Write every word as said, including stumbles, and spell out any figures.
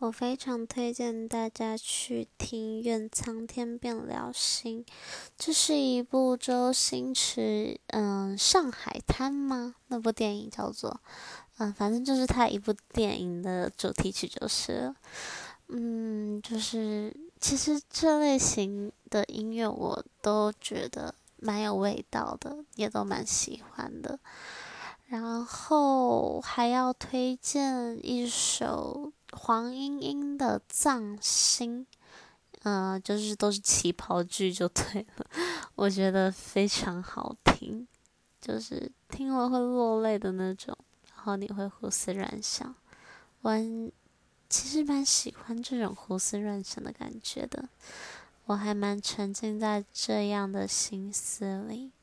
我非常推荐大家去听《愿苍天变良心》，这是一部周星驰，嗯，上海滩吗？那部电影叫做，嗯，反正就是他一部电影的主题曲就是了，嗯，就是其实这类型的音乐我都觉得蛮有味道的，也都蛮喜欢的。然后还要推荐一首黄莺莺的《葬心》，嗯、呃就是都是旗袍剧就对了，我觉得非常好听，就是听了会落泪的那种，然后你会胡思乱想。我其实蛮喜欢这种胡思乱想的感觉的，我还蛮沉浸在这样的心思里。